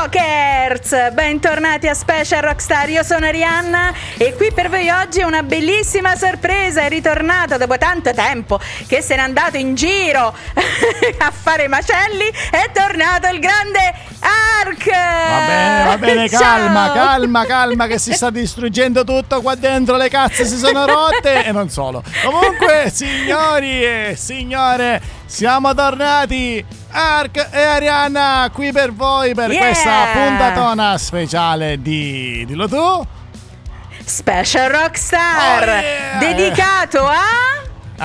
Rockers! Bentornati a Special Rockstar, io sono Arianna e qui per voi oggi una bellissima sorpresa. È ritornato dopo tanto tempo che se n'è andato in giro a fare macelli. È tornato il grande Ark! Va bene, calma che si sta distruggendo tutto qua dentro, le cazze si sono rotte e non solo. Comunque, signori e signore, siamo tornati, Ark e Arianna, qui per voi per questa puntatona speciale di... dillo tu? Special Rockstar, dedicato a...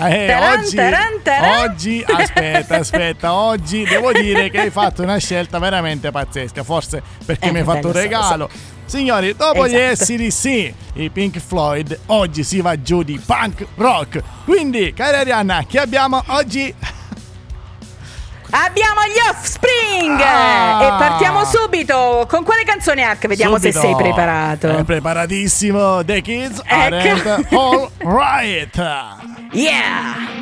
Oggi aspetta, oggi devo dire che hai fatto una scelta veramente pazzesca, forse perché mi hai fatto un regalo. Signori, dopo gli AC/DC, i Pink Floyd, oggi si va giù di punk rock. Quindi, cara Arianna, chi abbiamo oggi? Abbiamo gli Offspring e partiamo subito. Con quale canzone, Ark? Vediamo se sei preparato. È preparatissimo. The Kids Aren't All Right. Yeah.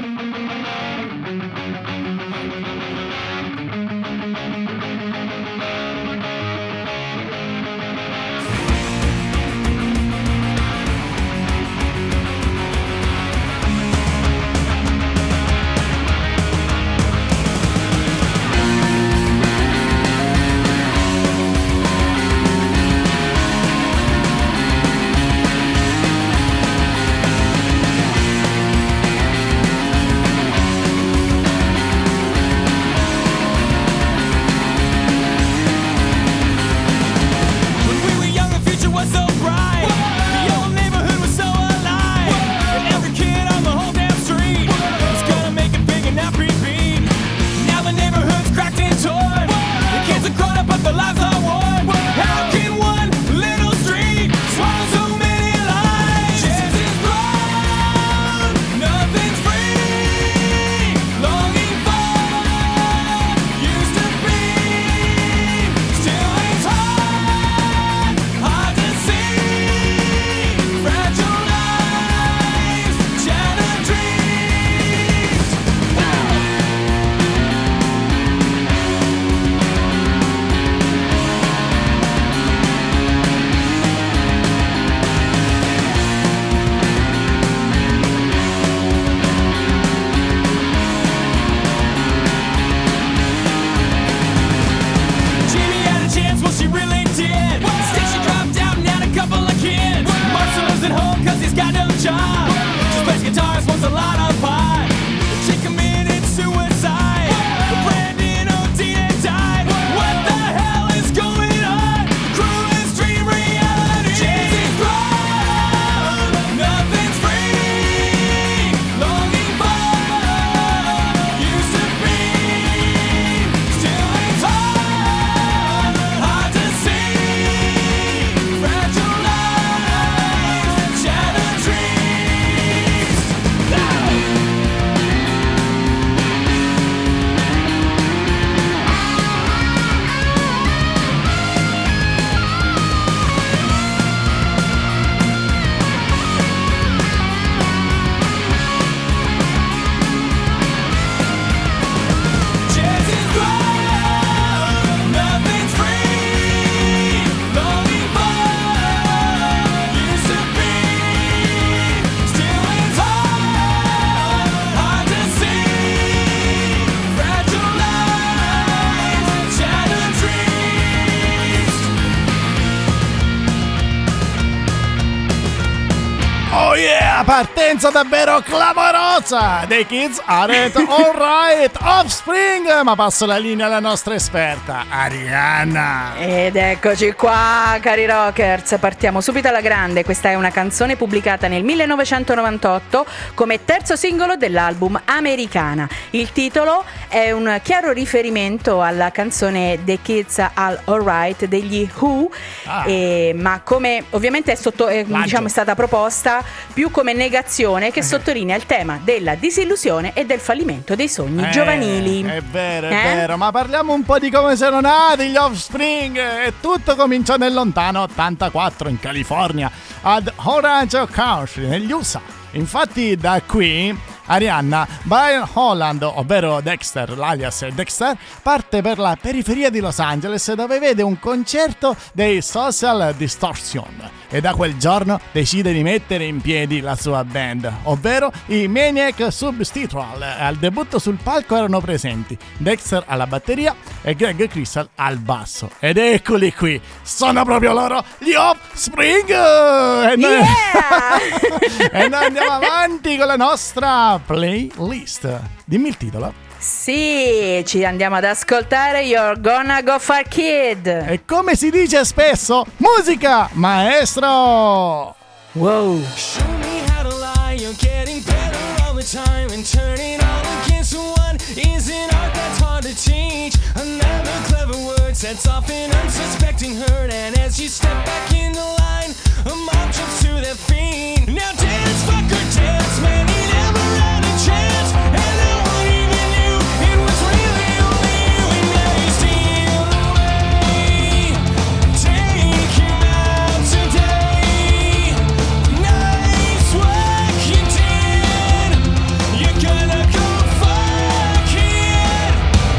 Partenza davvero clamorosa dei Kids Aren't All Right, Offspring. Ma passo la linea alla nostra esperta Arianna. Ed eccoci qua, cari rockers, partiamo subito alla grande. Questa è una canzone pubblicata nel 1998 come terzo singolo dell'album Americana. Il titolo è un chiaro riferimento alla canzone The Kids Are All Right degli Who, ma come ovviamente è stata proposta più come negazione che sottolinea il tema della disillusione e del fallimento dei sogni giovanili. È vero, ma parliamo un po' di come sono nati gli Offspring. E tutto cominciò nel lontano 84 in California, ad Orange County, negli USA. Infatti da qui Arianna, Brian Holland, ovvero Dexter, l'alias Dexter, parte per la periferia di Los Angeles dove vede un concerto dei Social Distortion e da quel giorno decide di mettere in piedi la sua band, ovvero i Maniac Substitual. Al debutto sul palco erano presenti Dexter alla batteria e Greg Crystal al basso. Ed eccoli qui, sono proprio loro, gli Offspring! E noi, e noi andiamo avanti con la nostra playlist. Dimmi il titolo. Sì, ci andiamo ad ascoltare You're Gonna Go Far Kid. E come si dice spesso, musica, maestro! Wow. Show me how to lie, you're getting better all the time, and turning all against one is an art that's hard to teach. Another clever word sets off an unsuspecting hurt, and as you step back in the line, a mob jumps to their feet. Now dance, fucker, dance, man, he never had a chance, and no one even knew it was really only you, and now you steal away. Take him out today. Nice work you did. You're gonna go fuck it.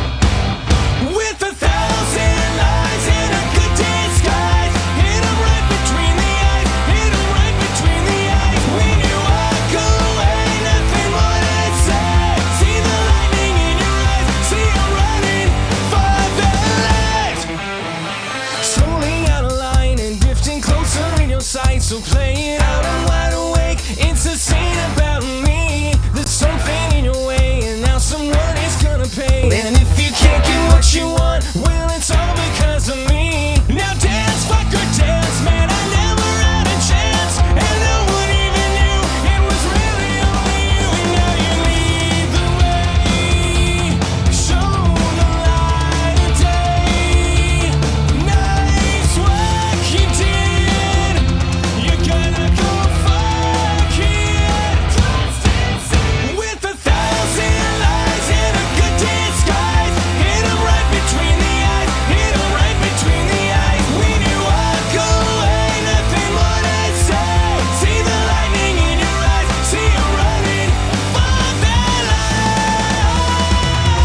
With 1,000 lies and a good disguise. Hit 'em right between the eyes. Hit 'em right between the eyes. When you walk away, nothing more to say. See the lightning in your eyes. See 'em running for their lives. Strolling out of line and drifting closer in your sight. So play it out, I'm wide awake. It's a scene about me. There's something in your way, and now someone is gonna pay. And if you can't get what you want, well, it's all because of me. Now dance, fucker, dance, man, I never had a chance, and no one even knew it was really only you, and now you lead the way. Show the light of day. Nice work you did. You're gonna go fuck it. With 1,000 lies and a good disguise. Hit 'em right between the eyes. Hit 'em right between the eyes. When you walk away, nothing more to say. See the lightning in your eyes. See you running for their life.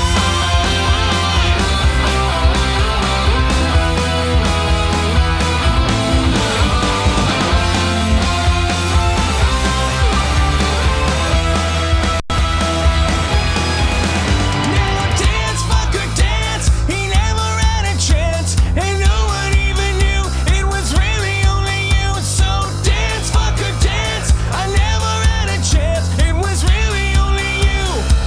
Now dance, fucker, dance. He never had a chance, and no one even knew it was really only you. So dance, fucker, dance. I never had a chance, it was really only you.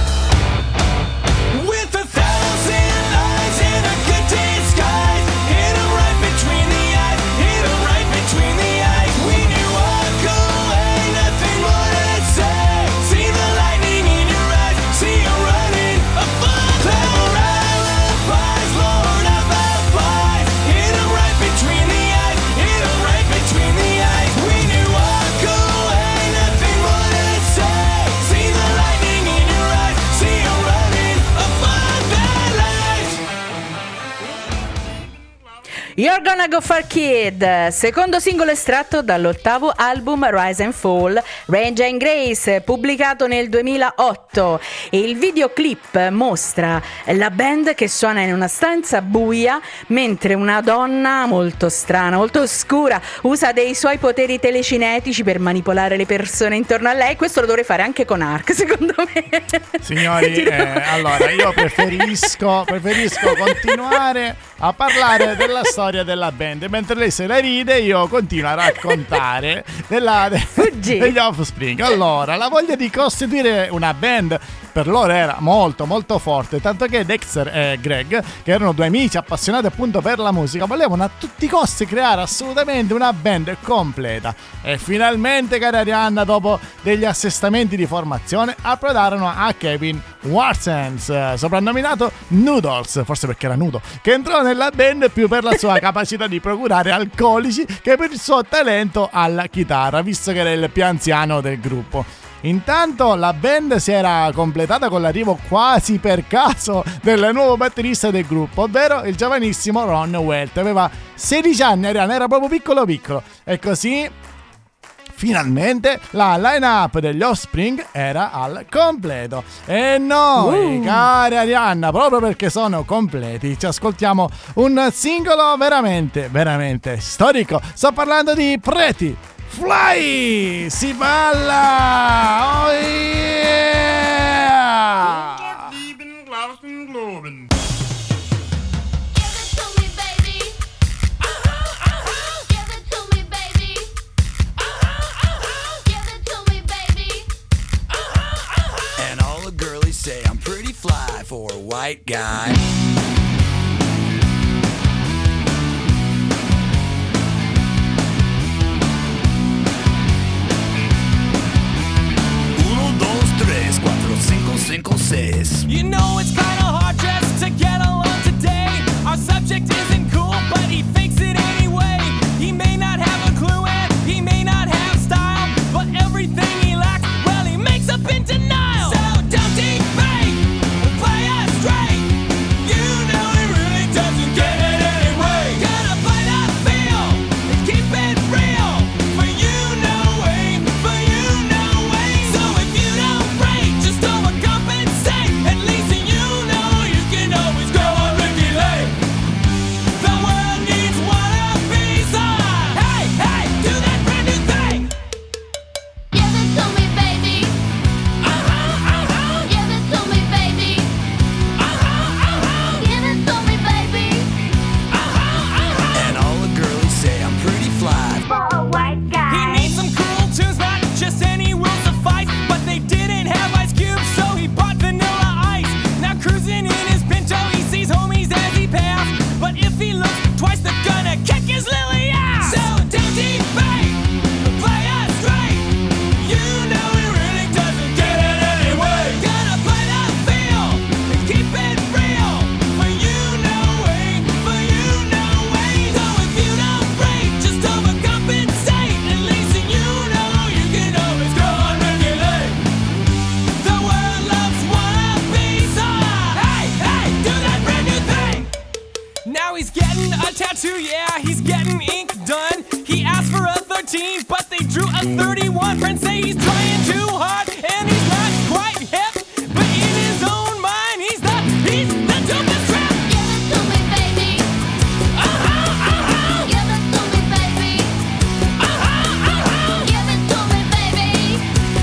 With 1,000 lies and a good disguise. Hit 'em right between the eyes. Hit 'em right between the eyes. When you walk away, nothing more to say. See the lightning in your eyes. See you running for clever alibis. Lord of advice. Hit 'em right between the eyes. Hit 'em right between the eyes. When you walk away, nothing more to say. See the lightning in your eyes. See you running for their lives. You're Gonna Go Far Kid, secondo singolo estratto dall'8º album Rise and Fall, Range and Grace, pubblicato nel 2008. E il videoclip mostra la band che suona in una stanza buia mentre una donna molto strana, molto oscura, usa dei suoi poteri telecinetici per manipolare le persone intorno a lei. Questo lo dovrei fare anche con Ark, secondo me. Signori, allora io preferisco continuare a parlare della storia della band, mentre lei se la ride io continuo a raccontare degli Offspring. Allora, la voglia di costituire una band per loro era molto molto forte, tanto che Dexter e Greg, che erano due amici appassionati appunto per la musica, volevano a tutti i costi creare assolutamente una band completa. E finalmente, cara Arianna, dopo degli assestamenti di formazione, approdarono a Kevin Warsens, soprannominato Noodles, forse perché era nudo, che entrò nella band più per la sua capacità di procurare alcolici che per il suo talento alla chitarra, visto che era il più anziano del gruppo. Intanto la band si era completata con l'arrivo quasi per caso del nuovo batterista del gruppo, ovvero il giovanissimo Ron Welt. Aveva 16 anni, era proprio piccolo. E così finalmente la line-up degli Offspring era al completo. E noi, cara Arianna, proprio perché sono completi, ci ascoltiamo un singolo veramente, veramente storico. Sto parlando di Pretty Fly! Si balla! Oh yeah! Say I'm pretty fly for a white guy. Uno, dos, tres, cuatro, cinco, cinco, seis. You know it's kinda hard just to get along today. Our subject isn't cool, but he fakes it anyway. He may not have a clue and he may not have style, but everything he lacks, well, he makes up in denial. So don't debate, play us straight. You know he really doesn't get it anyway. Gotta play that feel and keep it real. For you know way, for you know way. So if you don't break, just overcompensate. At least you know you can always go on Ricky Lake. The world needs one of these. Hey, hey, do that brand new thing. Give it to me, baby. Give it to me, baby. Give it to me, baby. And all the girlies say I'm pretty fly. For a white He guy. needs some cool tunes, not just any will suffice. But they didn't have Ice Cube, so he bought Vanilla Ice. Now cruising in his Pinto, he sees homies as he pass. But if he looks twice, they're gonna kick his lily ass. So don't debate, play us straight. You know he really doesn't get it anyway. Gotta play that feel and keep it real. For you know way, for you know way. So if you don't break, just overcompensate. At least you know you can always go on regulate. The world loves wannabes. Hey, hey, do that brand new thing. Now he's getting a tattoo, yeah, he's getting ink done. He asked for a 13, but they drew a 31. Friends say he's trying too hard, and he's not quite hip. But in his own mind, he's the dopest trap. Give it to me, baby. Give it to me, baby. Give it to me, baby.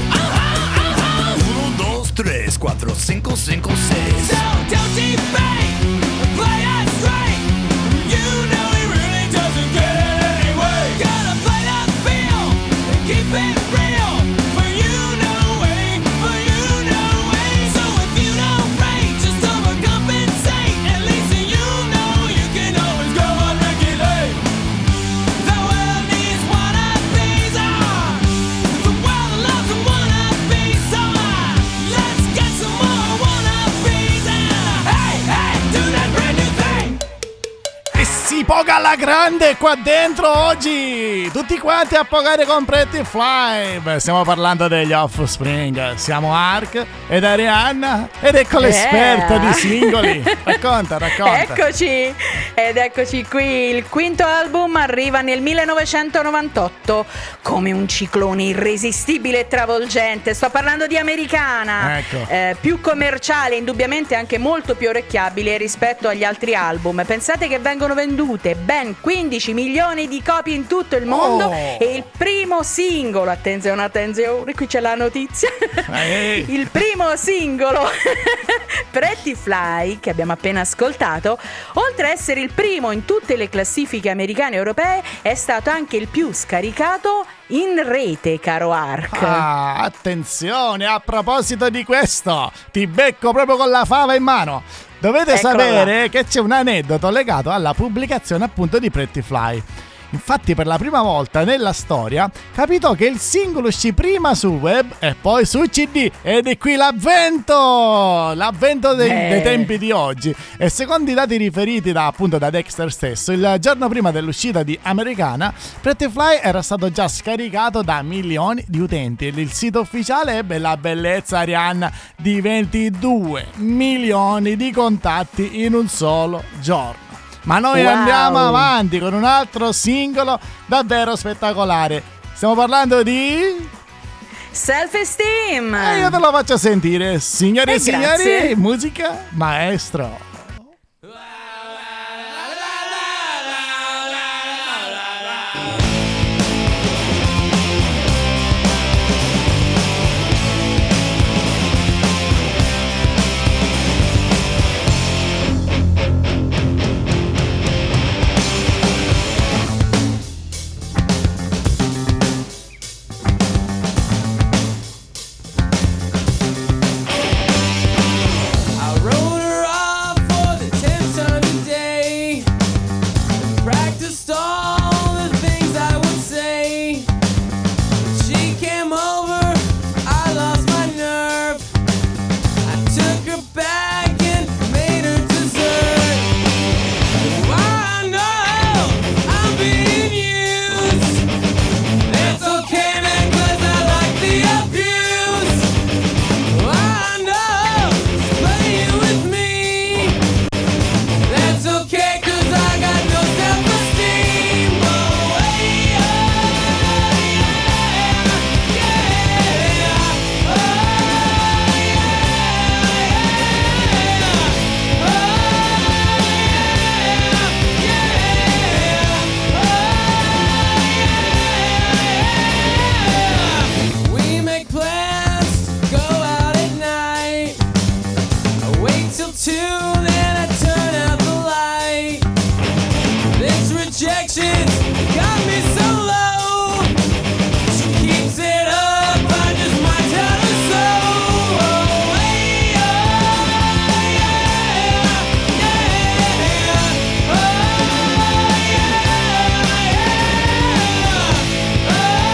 Uno, dos, tres, cuatro, cinco, cinco, seis. So don't debate, play us straight. You know he really doesn't get it anyway. Gotta play that feel and keep it real. For you know way, for you know way. So if you don't break, just overcompensate. At least you know you can always go on regulate. The world needs wannabes. The world loves wannabes. So let's get some more wannabes. Hey, hey, do that brand new thing. E si poga alla grande qua dentro oggi, tutti quanti a pogare con Pretty Fly. Beh, stiamo parlando degli Offspring, siamo Ark ed Arianna ed ecco l'esperta di singoli. Racconta. Eccoci, ed eccoci qui. Il quinto album arriva nel 1998 come un ciclone irresistibile e travolgente. Sto parlando di Americana. Ecco. Più commerciale, indubbiamente anche molto più orecchiabile rispetto agli altri album. Pensate che vengono vendute ben 15 milioni di copie in tutto il mondo. Oh. E il primo singolo, attenzione, qui c'è la notizia. Il primo singolo Pretty Fly, che abbiamo appena ascoltato, oltre a essere il primo in tutte le classifiche americane e europee, è stato anche il più scaricato in rete, caro Ark. Attenzione, a proposito di questo, ti becco proprio con la fava in mano. Dovete Eccola sapere là. che c'è un aneddoto legato alla pubblicazione appunto di Pretty Fly. Infatti per la prima volta nella storia capitò che il singolo uscì prima sul web e poi su CD, ed è qui l'avvento dei tempi di oggi. E secondo i dati riferiti appunto da Dexter stesso, il giorno prima dell'uscita di Americana, Pretty Fly era stato già scaricato da milioni di utenti e il sito ufficiale ebbe la bellezza, Arianna, di 22 milioni di contatti in un solo giorno. Ma noi Wow. andiamo avanti con un altro singolo davvero spettacolare. Stiamo parlando di... Self-esteem. io te lo faccio sentire. Signore e signori, grazie. musica maestro. I wrote her off for the 10th time today. Practiced all the things I would say. She came over, I lost my nerve. I took her back and made her dessert. I know I'm being used. That's okay, man, 'cause I like the abuse. I know playing with me. That's okay, 'cause I got no self-esteem. Oh, hey, oh, yeah, yeah. Oh, yeah, yeah. Oh, yeah, yeah. We make plans, go out at night. I wait till 2, then I turn out the light. This rejection got me so low. She keeps it up, I just might tell her so. Oh, hey, oh, yeah, yeah. Oh, yeah, yeah. Oh,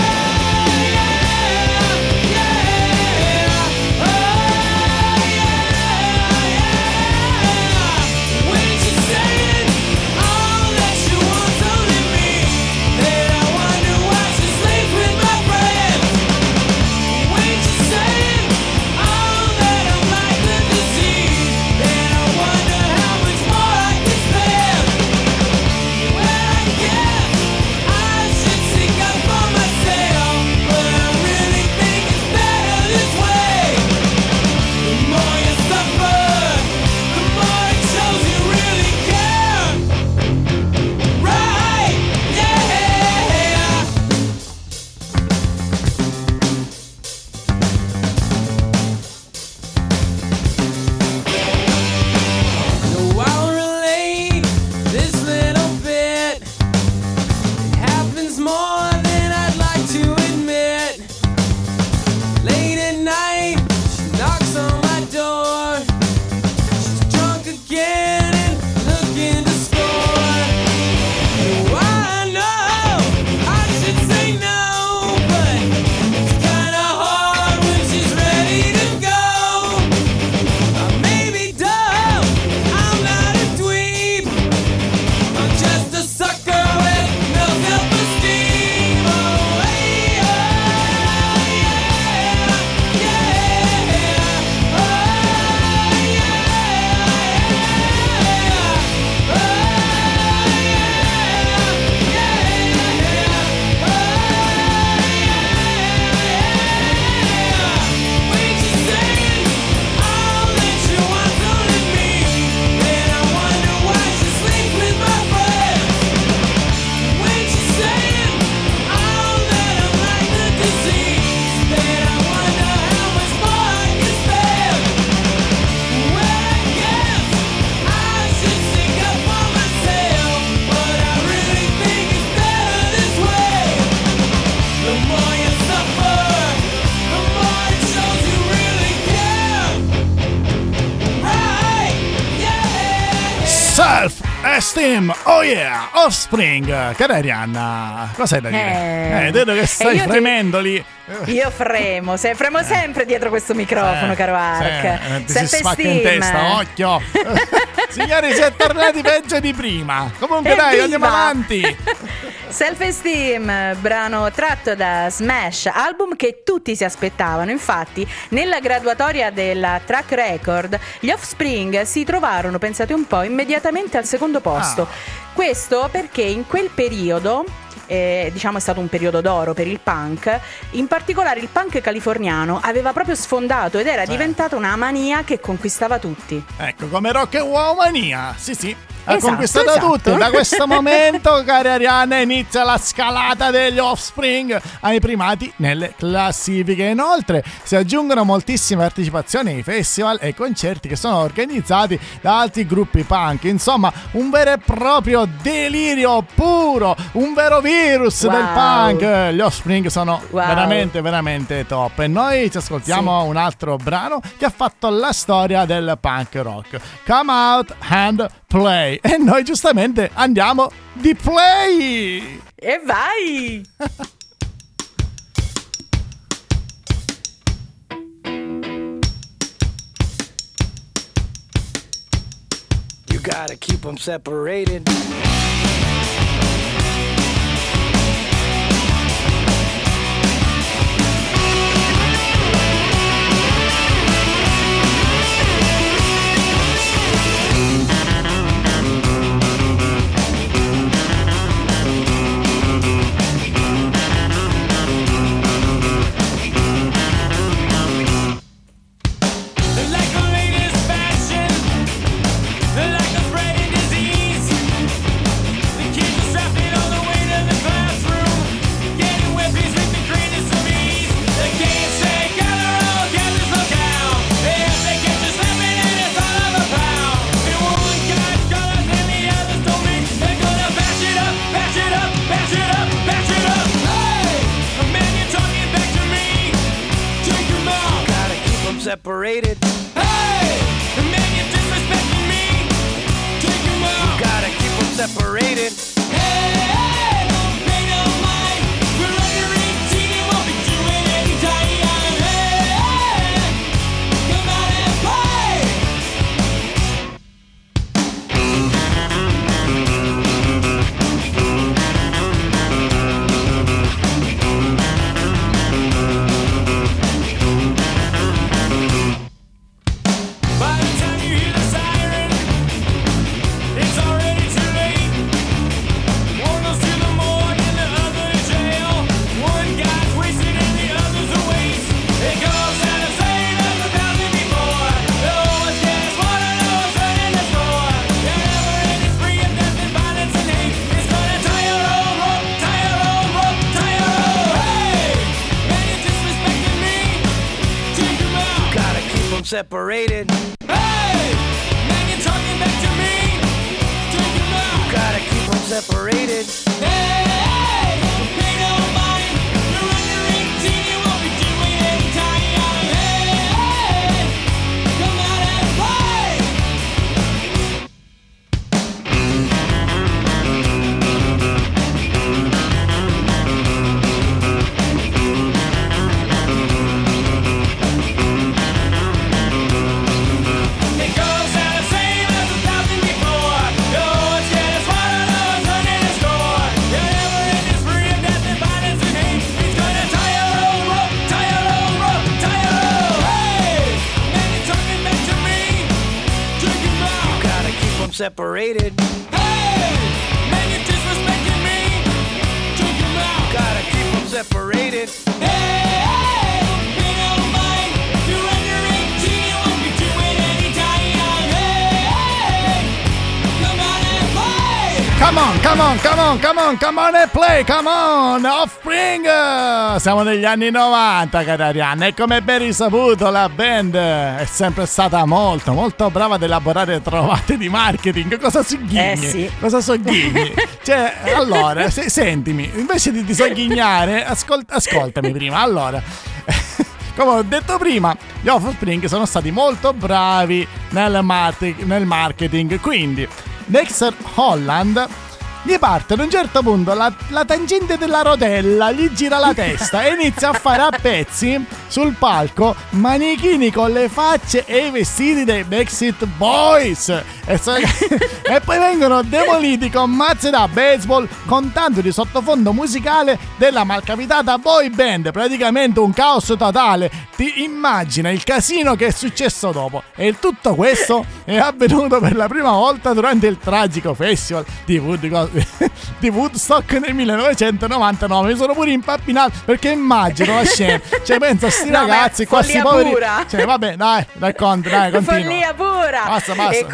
when she's saying all that she wants only me, then I wonder why she sleeps with my friends. When she's saying all that I'm like the disease, then I wonder how much more I can spend. Well, I guess I should seek out for myself, but I really think it's better this way. The more you suffer, the more it shows you really care. Right, yeah. No, I'll relate this little bit. It happens more than I'd like to admit. Late at night, she knocks on my door. She's drunk again and looking to score. Oh, I know I should say no, but it's kinda hard when she's ready to go. I may be dumb, I'm not a dweeb. I'm just a sucker with no self-esteem. Oh, hey, oh, yeah, yeah. Oh, yeah, yeah. When she's saying all that she wants only me, then I wonder why she sleeps with my friends. When she's saying all that I'm like the disease, then I wonder how much more I can spend. Well, I guess I should stick up for myself, but I really think it's better this way. The more you suffer, the more it shows you really care. Right, yeah. Self-esteem, oh yeah, Offspring. Cara Arianna, cosa hai da dire? Vedo che stai io ti- fremendo lì. Io fremo sempre dietro questo microfono, caro Ark. Ti si spacca in testa, occhio. Signori, si è tornati peggio di prima. Comunque dai, andiamo avanti. Self-Esteem, brano tratto da Smash, album che tutti si aspettavano. Infatti, nella graduatoria della Track Record, gli Offspring si trovarono, pensate un po', immediatamente al secondo posto. Questo perché in quel periodo diciamo è stato un periodo d'oro per il punk. In particolare il punk californiano aveva proprio sfondato ed era diventata una mania che conquistava tutti. Ecco, come Rock and Wow Mania. Sì. Ha Esatto, conquistato esatto. tutti. Da questo momento, cari Arianna, inizia la scalata degli Offspring ai primati nelle classifiche. Inoltre si aggiungono moltissime partecipazioni ai festival e concerti che sono organizzati da altri gruppi punk. Insomma, un vero e proprio delirio puro, un vero virus Wow. del punk. Gli Offspring sono Wow. veramente top. E noi ci ascoltiamo un altro brano che ha fatto la storia del punk rock. Come Out and Play. E noi giustamente andiamo di play. E vai! You gotta keep them separated. Like the latest fashion, like the spreading disease. The kids are strapping on the way to the classroom, getting weapons with the greatest of ease. They can't say gather all, gather slow down. They catch you slapping and it's all of a pound. And one guy's colors and the others don't mix. They're gonna bash it up, bash it up, bash it up, bash it up. Hey, man, you're talking back to me. Take your mouth. Gotta keep them separated. Hey, man, you're disrespecting me. Take him out. Gotta keep them separated. Hey, don't pay no mind. We're under 18 and won't be doing any time. Hey, come out and play. By the time you hear the siren, it's already too late. One goes to the morgue and the other to jail. One guy's wasted and the other's a waste. It goes out of saying as 1,000 before. No one's getting smarter, no one's running the store. The never-ending spree of death and violence and hate. It's gonna tie your old rope, tie your old rope, tie your old. Hey, man, you're disrespecting me. Take him out. Gotta keep them separated. Hey, man, you're talking back to me. Take him out. Gotta keep them separated. Hey, pay no mind. You're under 18, you won't be doing any time. Hey, come out and play. It goes out the same as 1,000 before. No one's getting smarter, no one's running the score. The never-ending spree of death and violence and hate. He's gonna tie your old rope, tie your old rope, tie your old. Hey, man, you're talking back to me. Take him out. Gotta keep them separated. Hey, man, you're disrespecting me. Take him out. Gotta keep them separated. Hey, pay no mind. You're under 18, you won't be doing any time. Hey, come out and play. Come on e play, come on, Offspring. Siamo negli anni 90, cara Arianna, e come ben risaputo la band è sempre stata molto brava ad elaborare trovate di marketing. Cosa sogghigni? Sì. Cosa sogghigni? Cioè, allora, sentimi, invece di sogghignare, ascoltami prima, allora... Come ho detto prima, gli Offspring sono stati molto bravi nel marketing, quindi Dexter Holland gli parte ad un certo punto la tangente della rotella, gli gira la testa e inizia a fare a pezzi sul palco manichini con le facce e i vestiti dei Backstreet Boys. E poi vengono demoliti con mazze da baseball, con tanto di sottofondo musicale della malcapitata boy band. Praticamente un caos totale. Ti immagina il casino che è successo dopo. E tutto questo è avvenuto per la prima volta durante il tragico festival di Woodstock nel 1999. Mi sono pure impappinato perché immagino la scena. Cioè penso a sti No, ragazzi ma qua, sti follia poveri. pura. Cioè vabbè, dai, continua. Follia pura. Basta, E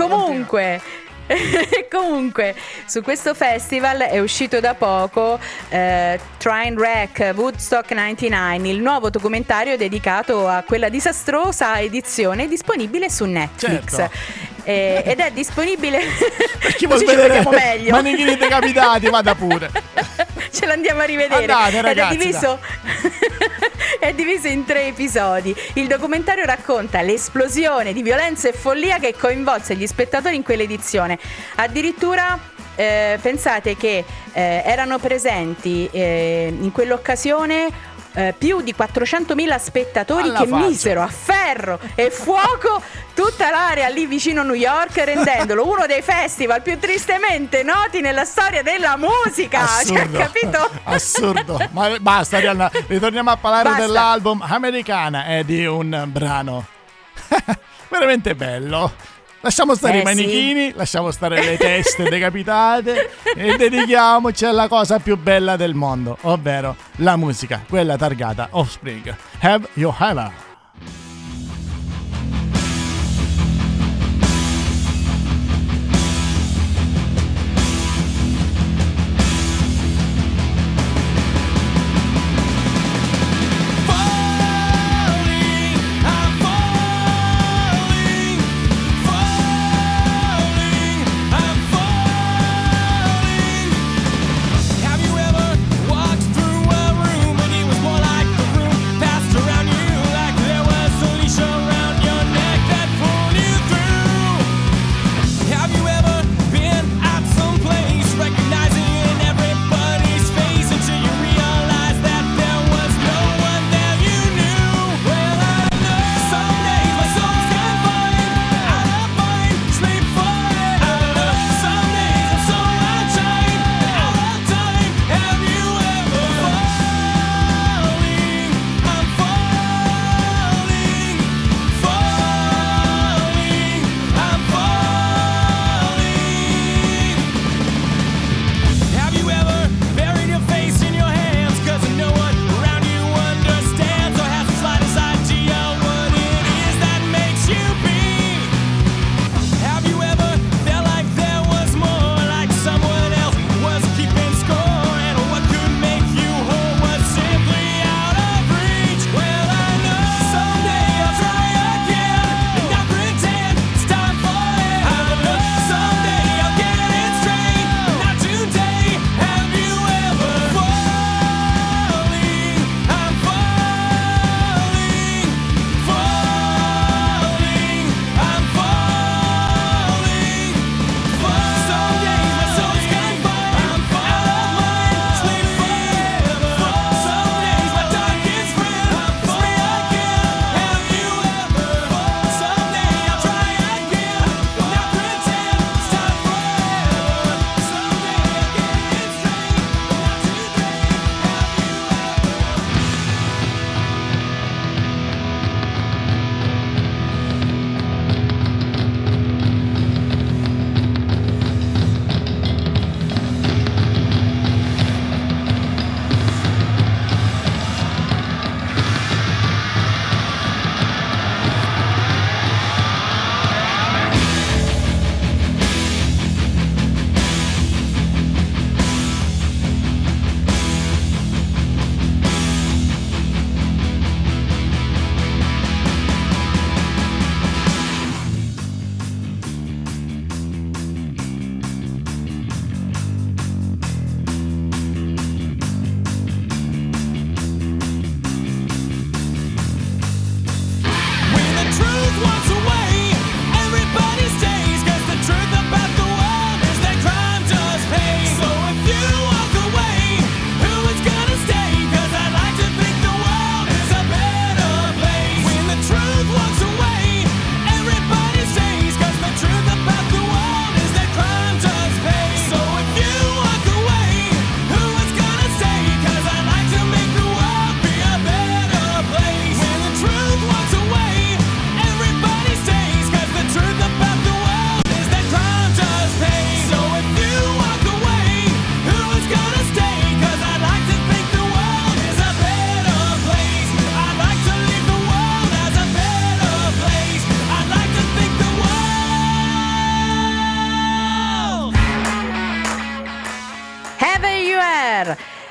comunque su questo festival è uscito da poco Trainwreck Woodstock 99, il nuovo documentario dedicato a quella disastrosa edizione disponibile su Netflix. Certo. Ed è disponibile Per chi così vuol ci vedere vediamo meglio. manichini decapitati, vada pure. Ce l'andiamo a rivedere. Andate, ragazzi, ed è diviso in 3 episodi. Il documentario racconta l'esplosione di violenza e follia che coinvolse gli spettatori in quell'edizione. Addirittura pensate che erano presenti in quell'occasione più di 400.000 spettatori Alla che faccia. misero a ferro e fuoco tutta l'area lì vicino a New York, rendendolo uno dei festival più tristemente noti nella storia della musica. Assurdo. Cioè, capito? Assurdo. Ma basta, Arianna, ritorniamo a parlare Basta. dell'album Americana e di un brano veramente bello. Lasciamo stare i Sì. manichini, lasciamo stare le teste decapitate e dedichiamoci alla cosa più bella del mondo, ovvero la musica, quella targata Offspring. Have You Ever? Have you ever walked through a room and it was more like the room passed around you like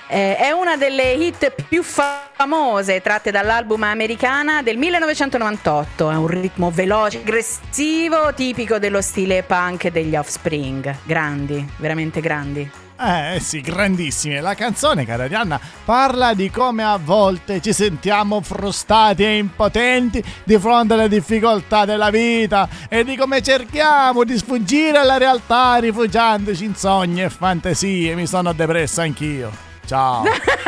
È una delle hit più famose tratte dall'album Americana del 1998. È un ritmo veloce, aggressivo, tipico dello stile punk degli Offspring. Grandi, veramente grandi. Sì, grandissime. La canzone, cara Arianna, parla di come a volte ci sentiamo frustati e impotenti di fronte alle difficoltà della vita e di come cerchiamo di sfuggire alla realtà rifugiandoci in sogni e fantasie. Mi sono depresso anch'io. Ciao.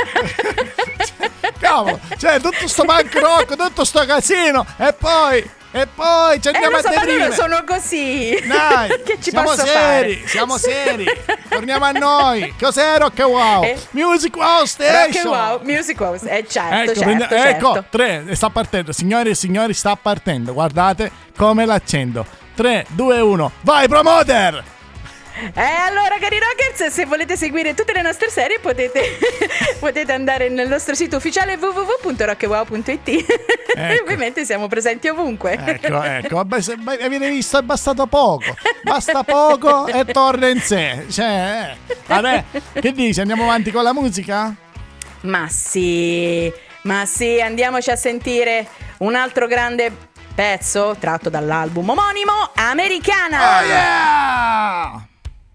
Cavolo, cioè tutto sto punk rock, tutto sto casino e poi ci andiamo a deprimere. Loro sono così. Dai, che ci siamo posso seri, fare? siamo seri. Torniamo a noi. Cos'è Rock Wow? Music Wow Station. Rock Wow, Music Wow. Certo, Ecco, certo. 3, sta partendo. Signori e signori, sta partendo. Guardate come l'accendo. 3, 2, 1. Vai, promoter! Allora, cari rockers, se volete seguire tutte le nostre serie potete andare nel nostro sito ufficiale www.rockwow.it. E ovviamente siamo presenti ovunque. Ecco, vabbè, avete visto, è bastato poco. Basta poco e torna in sé. Cioè, vabbè, che dici? Andiamo avanti con la musica? Ma sì, andiamoci a sentire un altro grande pezzo tratto dall'album omonimo Americana. Oh yeah!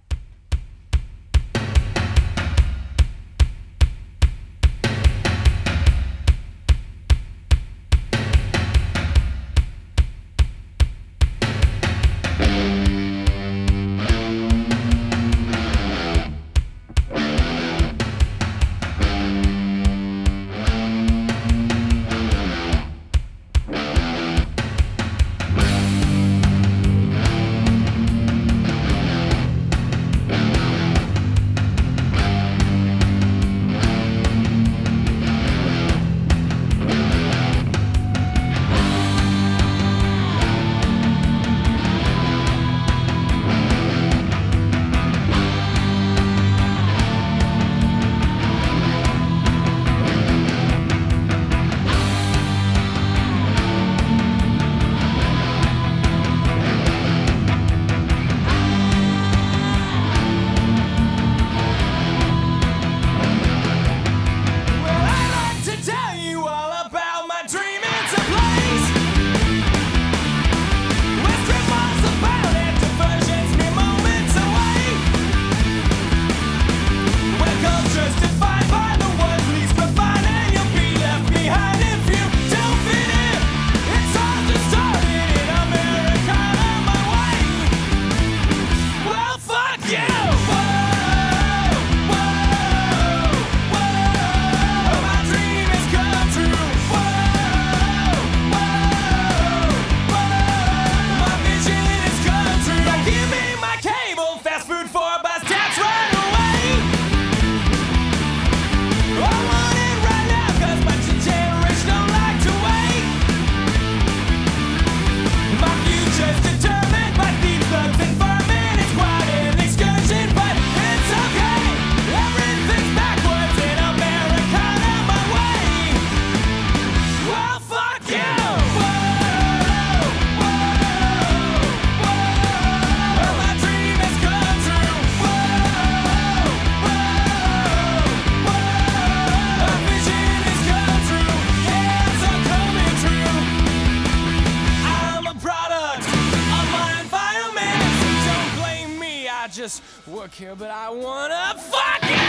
just work here, but I wanna fuck you!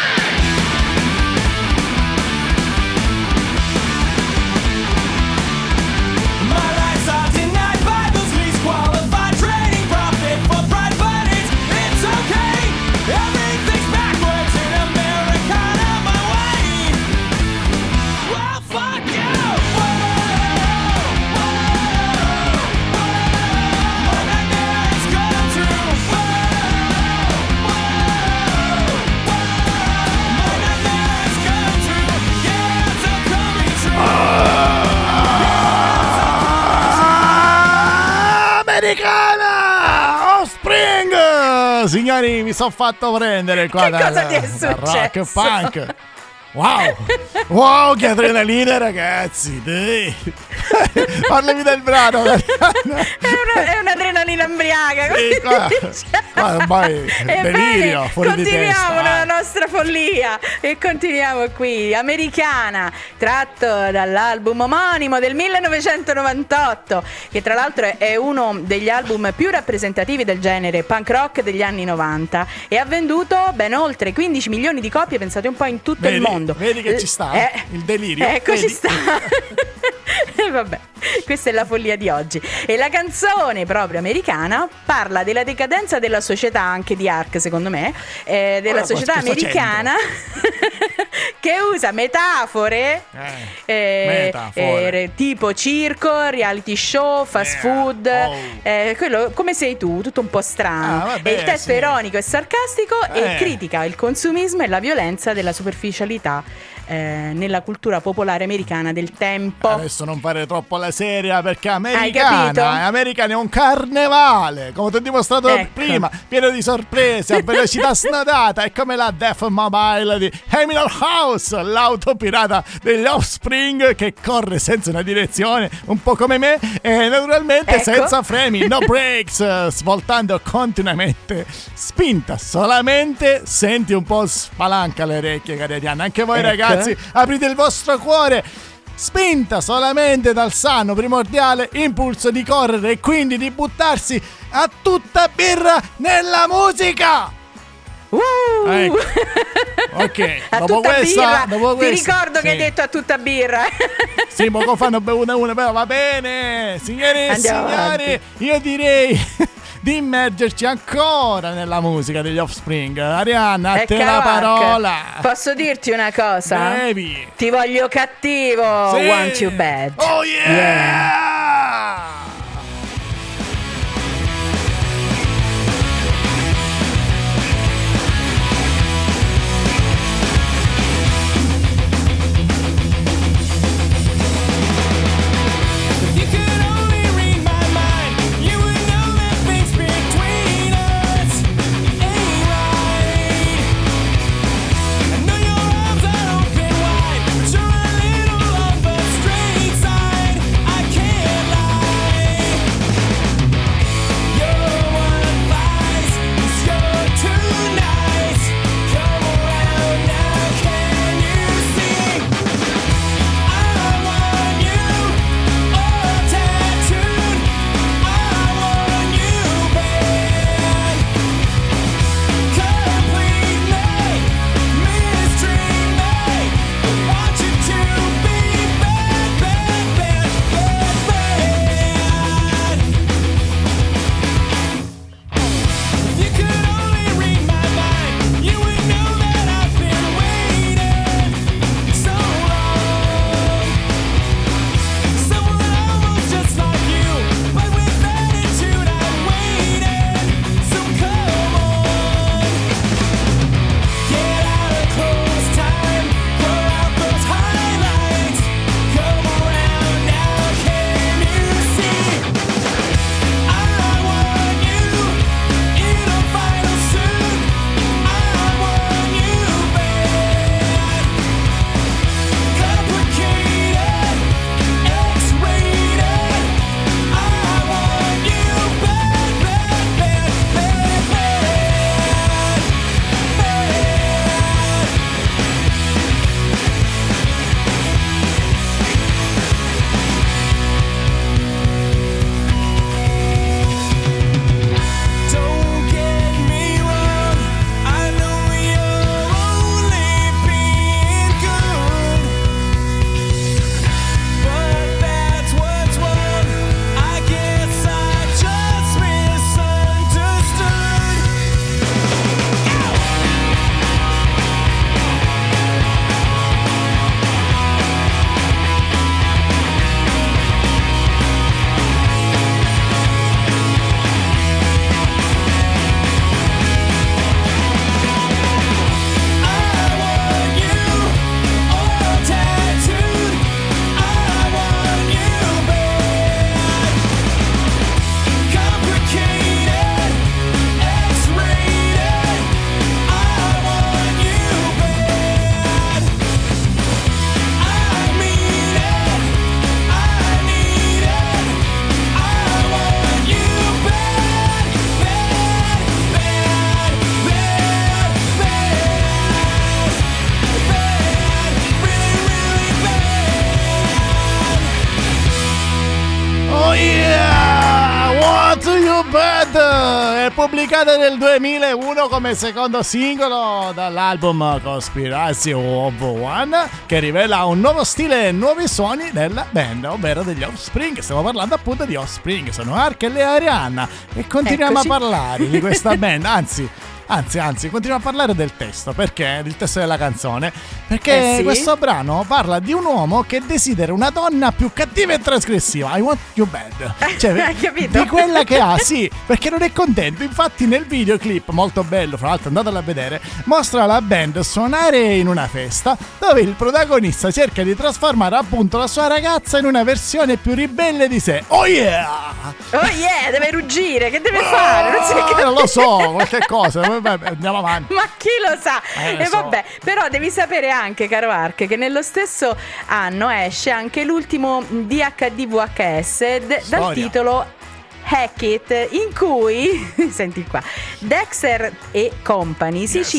My rights are denied by those least qualified, trading profit for pride, but it's okay. Everything's backwards in America, out my way. Well, fuck you. My nightmares come true. My nightmares come true. Yeah, it's all coming true. Americana! Offspring! Signori, mi sono fatto prendere qua Che cosa ti è da rock successo? punk. Wow, che adrenalina, ragazzi, dai. Parlami del brano. È un'adrenalina embriaca. Sì, qua ormai delirio, fuori di testa. Continuiamo nella nostra follia e continuiamo qui. Americana, tratto dall'album omonimo del 1998, che tra l'altro è uno degli album più rappresentativi del genere punk rock degli anni 90 e ha venduto ben oltre 15 milioni di copie, pensate un po', in tutto il mondo. Vedi che ci sta il delirio. Ecco, vedi? ci sta. Vabbè, questa è la follia di oggi. E la canzone proprio americana parla della decadenza della società, anche di Ark secondo me, della società americana che usa metafore, tipo circo, reality show, fast food, quello come sei tu, tutto un po' strano. Vabbè, e il testo sì. è ironico e sarcastico e critica il consumismo e la violenza della superficialità nella cultura popolare americana del tempo. Adesso non fare troppo la seria, perché Hai capito? Americana è un carnevale, come ti ho dimostrato Ecco. prima, pieno di sorprese a velocità snodata. È come la Death Mobile di Animal House, l'auto pirata degli Offspring che corre senza una direzione, un po' come me, e naturalmente Ecco. senza freni, no brakes, svoltando continuamente, spinta solamente. Senti un po', spalanca le orecchie, cari Arianna. Anche voi, Ecco. ragazzi, aprite il vostro cuore. Spinta solamente dal sano primordiale impulso di correre e quindi di buttarsi a tutta birra nella musica. Ecco. Ok, A dopo tutta questa, birra. Ti ricordo che hai detto a tutta birra. sì, poco fa ne ho bevuta una, però va bene. Signore e Andiamo signori, avanti. io direi di immergerci ancora nella musica degli Offspring. Arianna, a te la parola. Posso dirti una cosa? Bevi. Ti voglio cattivo. Sì. Want you bad. Oh yeah! You could only read my mind, you would know that things between us ain't right. I know your arms are open wide, but you're a little on the straight side. I can't Bad è pubblicata nel 2001 come secondo singolo dall'album Conspiracy of One, che rivela un nuovo stile e nuovi suoni della band, ovvero degli Offspring. Stiamo parlando appunto di Offspring, sono Ark e Arianna, e continuiamo Eccoci. a parlare di questa band, anzi, continuiamo a parlare del testo, perché il testo della canzone, perché Sì. questo brano parla di un uomo che desidera una donna più cattiva e trasgressiva. I want you bad, cioè, Hai capito? di quella che ha, sì, perché non è contento. Infatti nel videoclip, molto bello, fra l'altro andatelo a vedere, mostra la band suonare in una festa dove il protagonista cerca di trasformare appunto la sua ragazza in una versione più ribelle di sé. Oh yeah! Oh yeah, deve ruggire, che deve fare? Non si capisce. Non lo so, qualche cosa. Vabbè, andiamo avanti. Ma chi lo sa? Lo E so. vabbè, però devi sapere anche, caro Ark, che nello stesso anno esce anche l'ultimo DHD VHS dal Storia. titolo Hack It, in cui, senti qua, Dexter e company si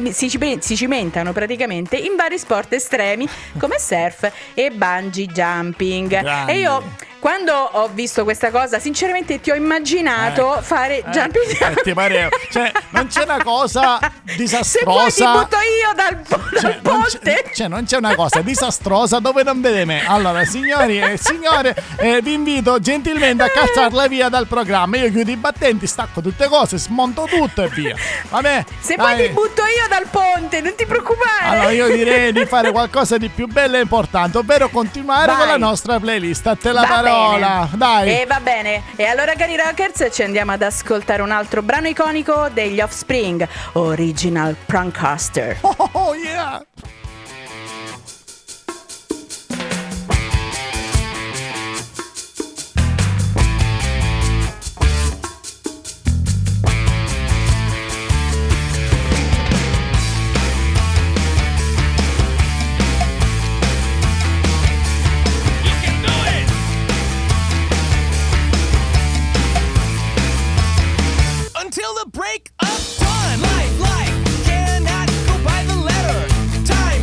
cimentano praticamente in vari sport estremi come surf e bungee jumping. Grande. E io, quando ho visto questa cosa, sinceramente ti ho immaginato fare jumping. Ti pareva. Cioè, non c'è una cosa Se vuoi ti disastrosa. butto io dal ponte. Non c'è una cosa disastrosa dove non vede me. Allora, signori e signore, vi invito gentilmente a cacciarla via dal programma. Io chiudo i battenti, stacco tutte cose, smonto tutto e via. Vabbè. Se vuoi dai. ti butto io dal ponte, non ti preoccupare. Allora, io direi di fare qualcosa di più bello e importante, ovvero continuare Vai. con la nostra playlist. A te la Va parola. bene. Dai. E va bene. E allora, cari rockers, ci andiamo ad ascoltare un altro brano iconico degli Offspring, Original Prankcaster. Oh yeah. Until the break of dawn, life cannot go by the letter. Time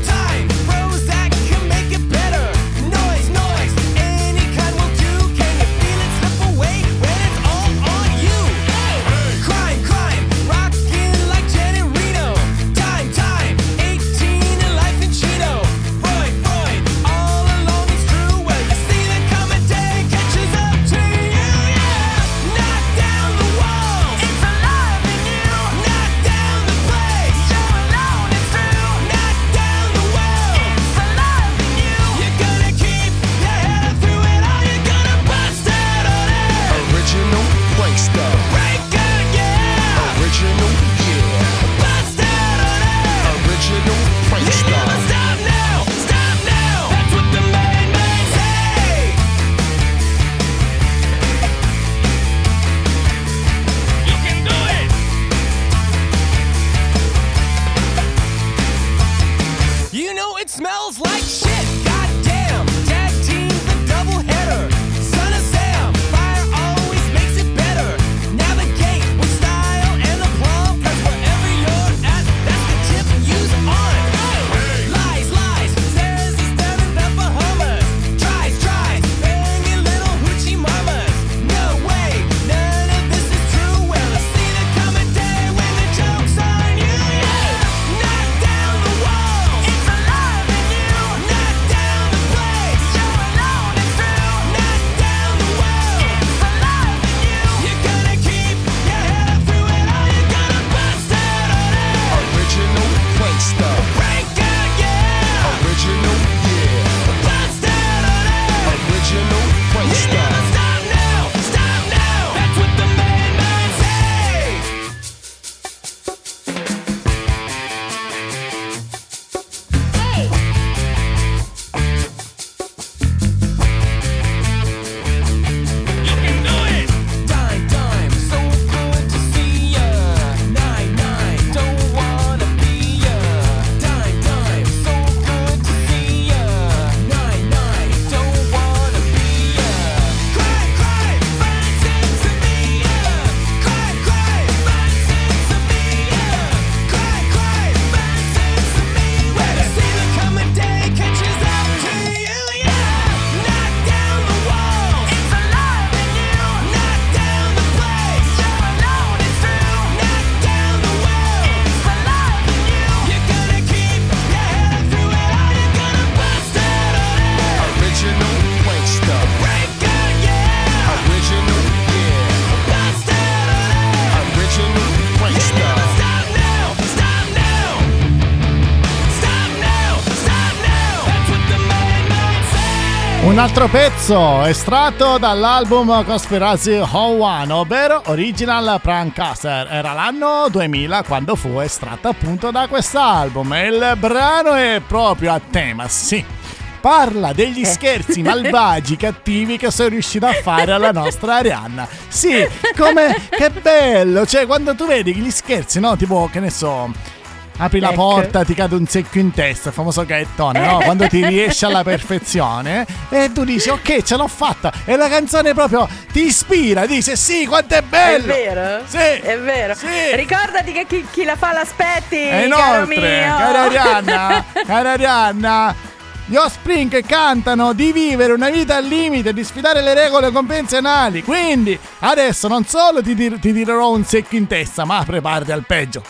Un altro pezzo estratto dall'album Conspiracy Hall One, ovvero Original Prankcaster. Era l'anno 2000 quando fu estratto appunto da quest'album. E il brano è proprio a tema, sì. Parla degli scherzi malvagi, cattivi che sono riuscito a fare alla nostra Arianna. Sì, che bello. Cioè, quando tu vedi gli scherzi, no? Tipo, che ne so, apri la porta, ti cade un secchio in testa, il famoso gaettone, no? Quando ti riesce alla perfezione e tu dici ok, ce l'ho fatta, e la canzone proprio ti ispira, dice sì, quanto è bello. È vero? Sì, È vero. sì. Ricordati che chi la fa l'aspetti, E caro inoltre, mio. cara Arianna, gli Offspring cantano di vivere una vita al limite, di sfidare le regole convenzionali. Quindi adesso non solo ti tirerò un secchio in testa, ma preparati al peggio.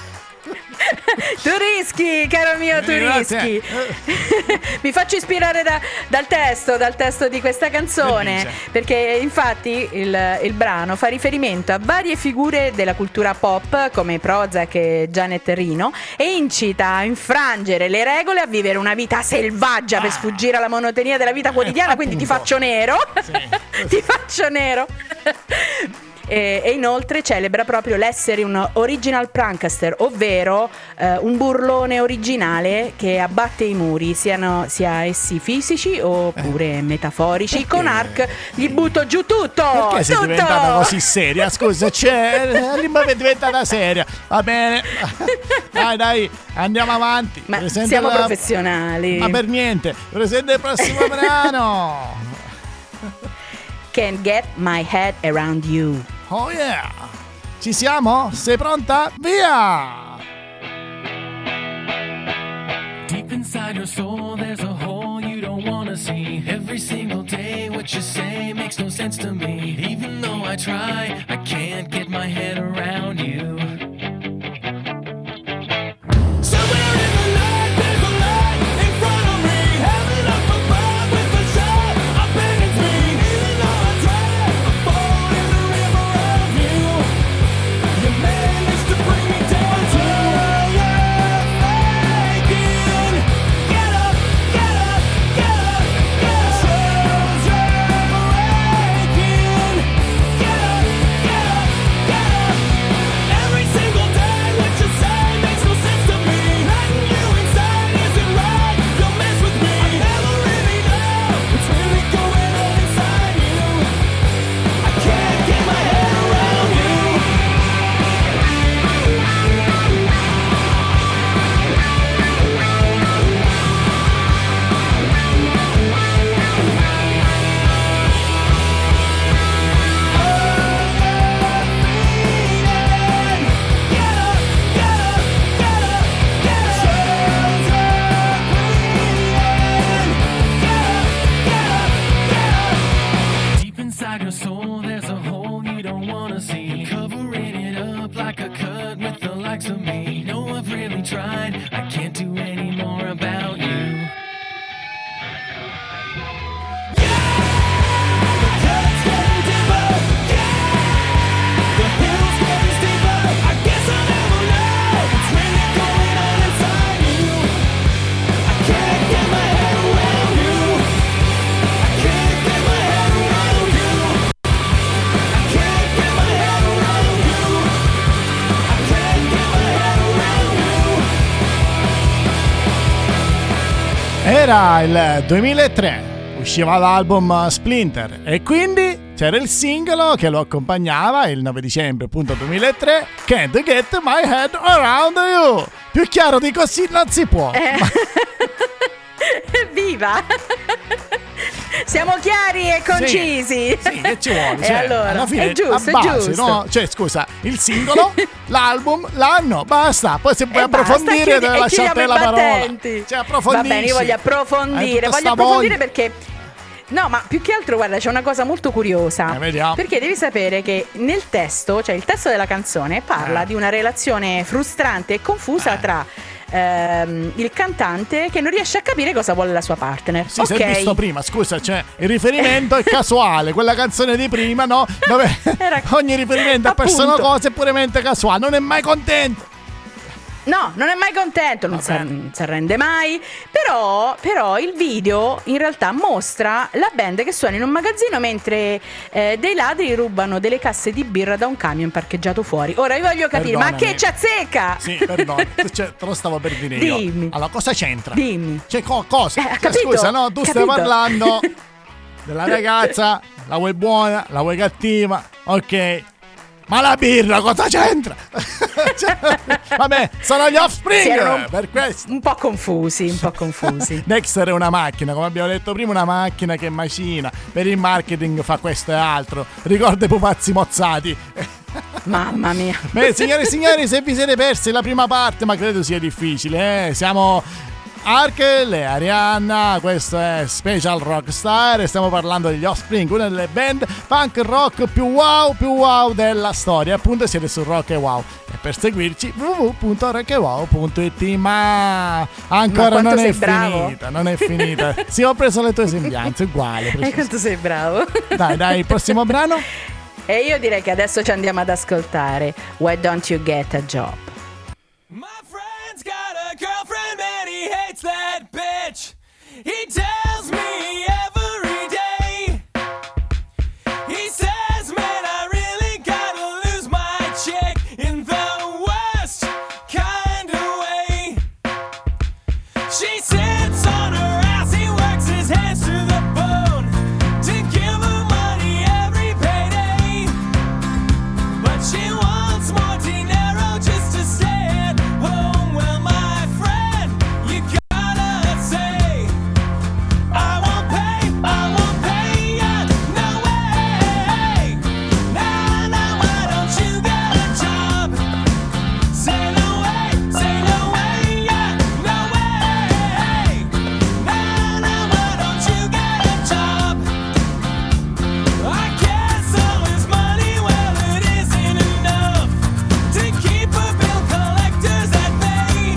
Tu rischi, caro mio, tu rischi. Mi faccio ispirare dal testo di questa canzone, Che dice? perché infatti il brano fa riferimento a varie figure della cultura pop come Prozac e Janet Reno e incita a infrangere le regole, a vivere una vita selvaggia per sfuggire alla monotonia della vita quotidiana. Quindi ti appunto. faccio nero. Sì. Ti faccio nero. E inoltre celebra proprio l'essere un original prankster, ovvero un burlone originale che abbatte i muri, sia essi fisici oppure metaforici. Perché? Con Ark gli butto giù tutto. Perché sei tutto! diventata così seria? Scusa, l'imba è diventata seria. Va bene. Dai, andiamo avanti. Ma Presenta siamo professionali. Ma per niente. Presenta il prossimo brano. Can't get my head around you. Oh yeah. Ci siamo? Sei pronta? Via! Deep inside your soul, there's a hole you don't wanna see. Every single day, what you say makes no sense to me. Even though I try, I can't get my head around you. Somewhere in the night, there's a light in front of me. Heaven up above with a shot of beckons me. Even though I try, I fall in the river of you. You managed to bring me down to faking. Get up, get up, get up, get up. Souls are breaking. Get up, get up, get up. Every single day, what you say makes no sense to me. Letting you inside isn't right. You'll mess with me. I never really know what's really going on inside you. I can't get my head around you. Deep inside your soul, there's a hole you don't wanna see. Covering it up like a cut with the likes of me. No, I've really tried. I can't do any more about you. Era il 2003, usciva l'album Splinter e quindi c'era il singolo che lo accompagnava il 9 dicembre appunto 2003, Can't Get My Head Around You. Più chiaro di così non si può. Evviva! Siamo chiari e concisi. Sì, che ci vuole? E Cioè, allora, alla fine, è giusto, a base, è giusto. no? Cioè, scusa, il singolo, l'album, l'anno, basta. Poi se vuoi E basta, approfondire devi lasciare chiudiamo te i la parola. battenti. Cioè, approfondisci. Va bene, io voglio Hai approfondire. tutta sta Perché... No, ma più che altro, guarda, c'è una cosa molto curiosa. Vediamo. Perché devi sapere che nel testo, cioè il testo della canzone, parla di una relazione frustrante e confusa tra il cantante che non riesce a capire cosa vuole la sua partner. Sì, si è visto prima, scusa, cioè il riferimento è casuale, quella canzone di prima, no? Dove Era- ogni riferimento a persona o appunto. cosa è puramente casuale, non è mai contento. No, non è mai contento, non si arrende mai. Però il video in realtà mostra la band che suona in un magazzino mentre dei ladri rubano delle casse di birra da un camion parcheggiato fuori. Ora io voglio capire, ma che c'azzecca? Sì, perdono, te lo stavo per dire io. Dimmi. Allora, cosa c'entra? Dimmi. Cioè, cosa? Capito? Scusa, no, tu stai Capito? parlando della ragazza, la vuoi buona, la vuoi cattiva, ok. Ma la birra cosa c'entra? Cioè, vabbè, sono gli Offspring, Si erano per questo. un po' confusi. Dexter è una macchina, come abbiamo detto prima, una macchina che macina. Per il marketing fa questo e altro. Ricorda i pupazzi mozzati. Mamma mia. Beh, signore e signori, se vi siete persi la prima parte, ma credo sia difficile, siamo Arkel e Arianna, questo è Special Rockstar e stiamo parlando degli Offspring, una delle band punk rock più wow della storia. Appunto siete su Rock e Wow e per seguirci www.rockewow.it. Ma ancora quanto non sei è bravo. finita, non è finita. Sì, ho preso le tue sembianze, uguale. E quanto sei bravo. Dai, prossimo brano. E io direi che adesso ci andiamo ad ascoltare Why Don't You Get a Job? My friend's got a girlfriend and he hates that bitch. He tells me every day. He says, man, I really gotta lose my chick in the worst kind of way. She sits on her ass, he works his hands to the bone to give her money every payday. But she wants more dinero just to stay at home. Well, my friend, you gotta say, I won't pay ya, no way. Nah, why don't you get a job? Say no way, yeah, no way. Nah, why don't you get a job? I guess all his money, well, it isn't enough to keep a bill collectors at bay.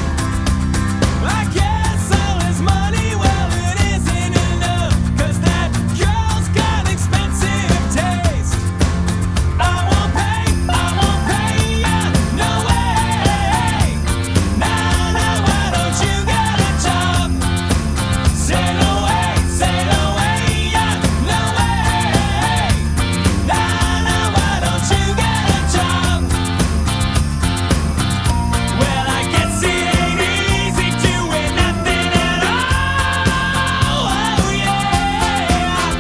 I guess all his money, well, it isn't enough, 'cause that girl's got expensive taste. I won't pay ya, no way. Nah, why don't you get a job? Say no way, yeah, no way. Nah, why don't you get a job? Well, I guess it ain't easy doing nothing at all. Oh yeah.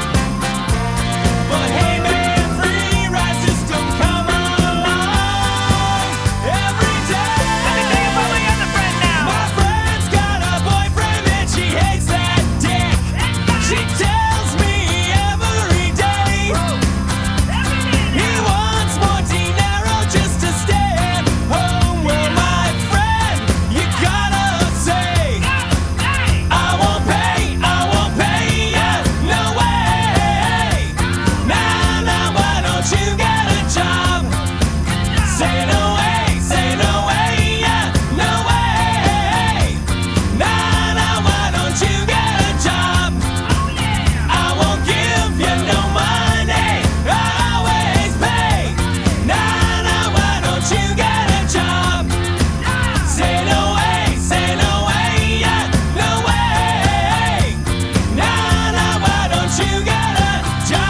But hey man, free rides just don't come along every day. My friend's got a boyfriend and she hates that dick. She tells me every day he wants more dinero just to stay at home. Well, my friend, you gotta say, I won't pay ya, no way. Nah, why don't you get a job? Say no way, yeah, no way. Nah, why don't you get a job? I won't give you no money, I always pay. Nah, why don't you get a job? Say no way, yeah, no way. Nah, why don't you get a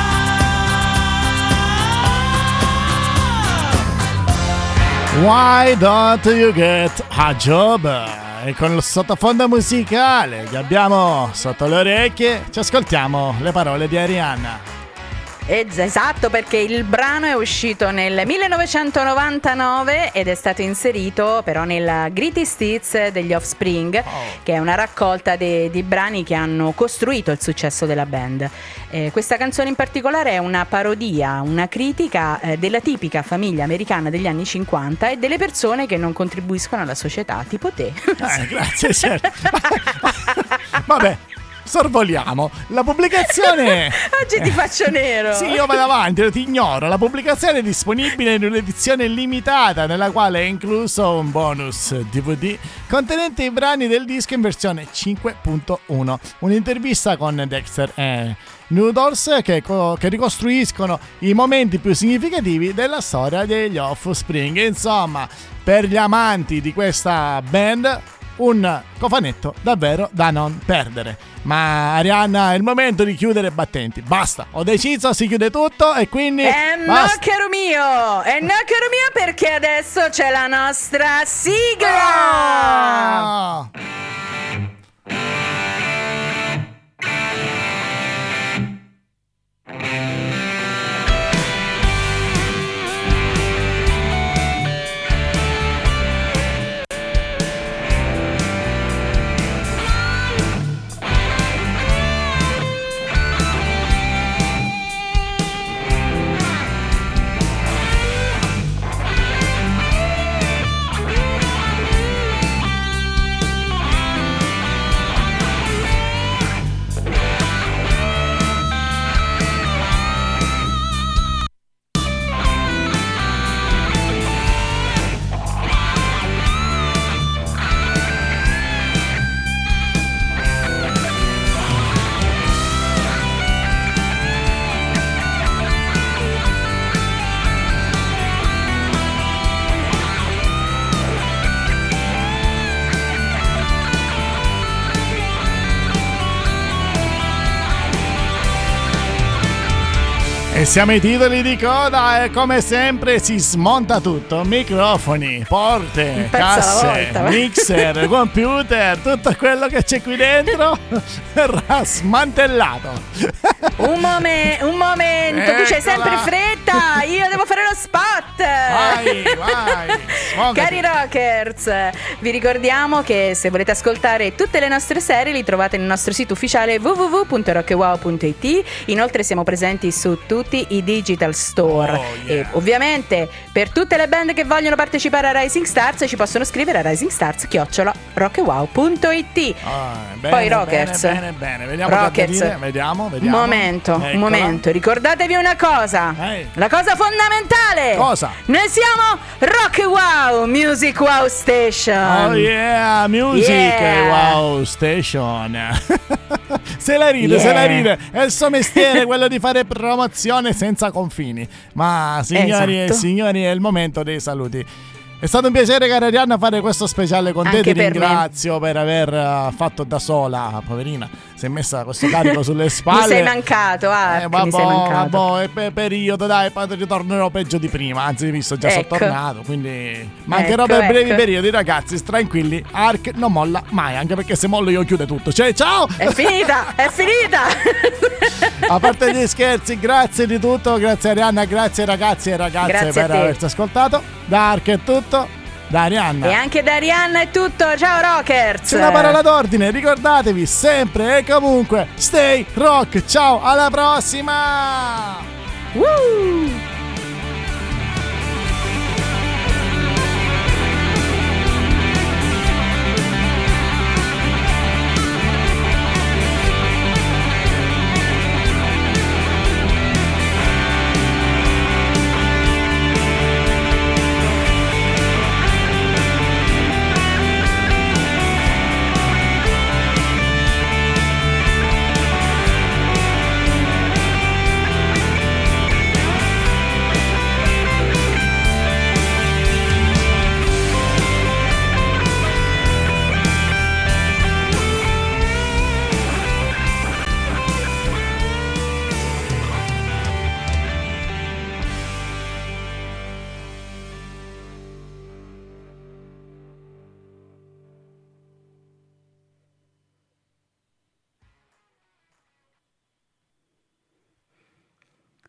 job? Why don't you get a job? E con il sottofondo musicale che abbiamo sotto le orecchie ci ascoltiamo le parole di Arianna. Esatto, perché il brano è uscito nel 1999 ed è stato inserito però nella Greatest Hits degli Offspring, che è una raccolta di brani che hanno costruito il successo della band. Questa canzone in particolare è una parodia, una critica della tipica famiglia americana degli anni 50 e delle persone che non contribuiscono alla società, tipo te. Grazie, certo. Vabbè. sorvoliamo. La pubblicazione... Oggi ti faccio nero. Sì, io vado avanti, ti ignoro. La pubblicazione è disponibile in un'edizione limitata nella quale è incluso un bonus DVD contenente i brani del disco in versione 5.1. Un'intervista con Dexter e Noodles che ricostruiscono i momenti più significativi della storia degli Offspring. Insomma, per gli amanti di questa band, un cofanetto davvero da non perdere. Ma Arianna, è il momento di chiudere i battenti. Basta, ho deciso, si chiude tutto e quindi No, caro mio, perché adesso c'è la nostra sigla. Ah! E siamo ai titoli di coda e come sempre si smonta tutto: microfoni, porte, pezzo alla casse, volta, va. mixer, computer, tutto quello che c'è qui dentro verrà smantellato. Un momento, tu c'hai Eccola. sempre fretta, io devo fare lo spot. Vai, sfogati. Cari Rockers, vi ricordiamo che se volete ascoltare tutte le nostre serie li trovate nel nostro sito ufficiale www.rockewow.it. Inoltre siamo presenti su tutti i digital store. Oh, yeah. E ovviamente per tutte le band che vogliono partecipare a Rising Stars ci possono scrivere a risingstars@rockewow.it. Bene, Poi Rockers, bene. Vediamo cosa Rockers, dire. Vediamo. un momento, Eccola. ricordatevi una cosa, la cosa fondamentale. Cosa? Noi siamo Rock Wow Music Wow Station. Oh yeah, music, Yeah. wow station. Se la ride, Yeah. è il suo mestiere quello di fare promozione senza confini. Ma signori Esatto. e signori, è il momento dei saluti. È stato un piacere, cara Arianna, fare questo speciale con te. Anche Ti per ringrazio per aver fatto da sola, poverina. Si è messa questo carico sulle spalle. Mi sei mancato, mi sei mancato. È periodo, dai, poi ritornerò peggio di prima. Anzi, visto, già Ecco. sono tornato, quindi mancherò Ecco, per brevi ecco. periodi, ragazzi. Tranquilli, Ark non molla mai, anche perché se mollo io chiudo tutto. Cioè, ciao! È finita, è finita. A parte gli scherzi, grazie di tutto, grazie Arianna, grazie ragazzi e ragazze Grazie a per te. averci ascoltato. Da Ark è tutto, da Arianna. E anche da Arianna è tutto. Ciao Rockers. C'è una parola d'ordine, ricordatevi sempre e comunque, stay rock, ciao, alla prossima! Woo!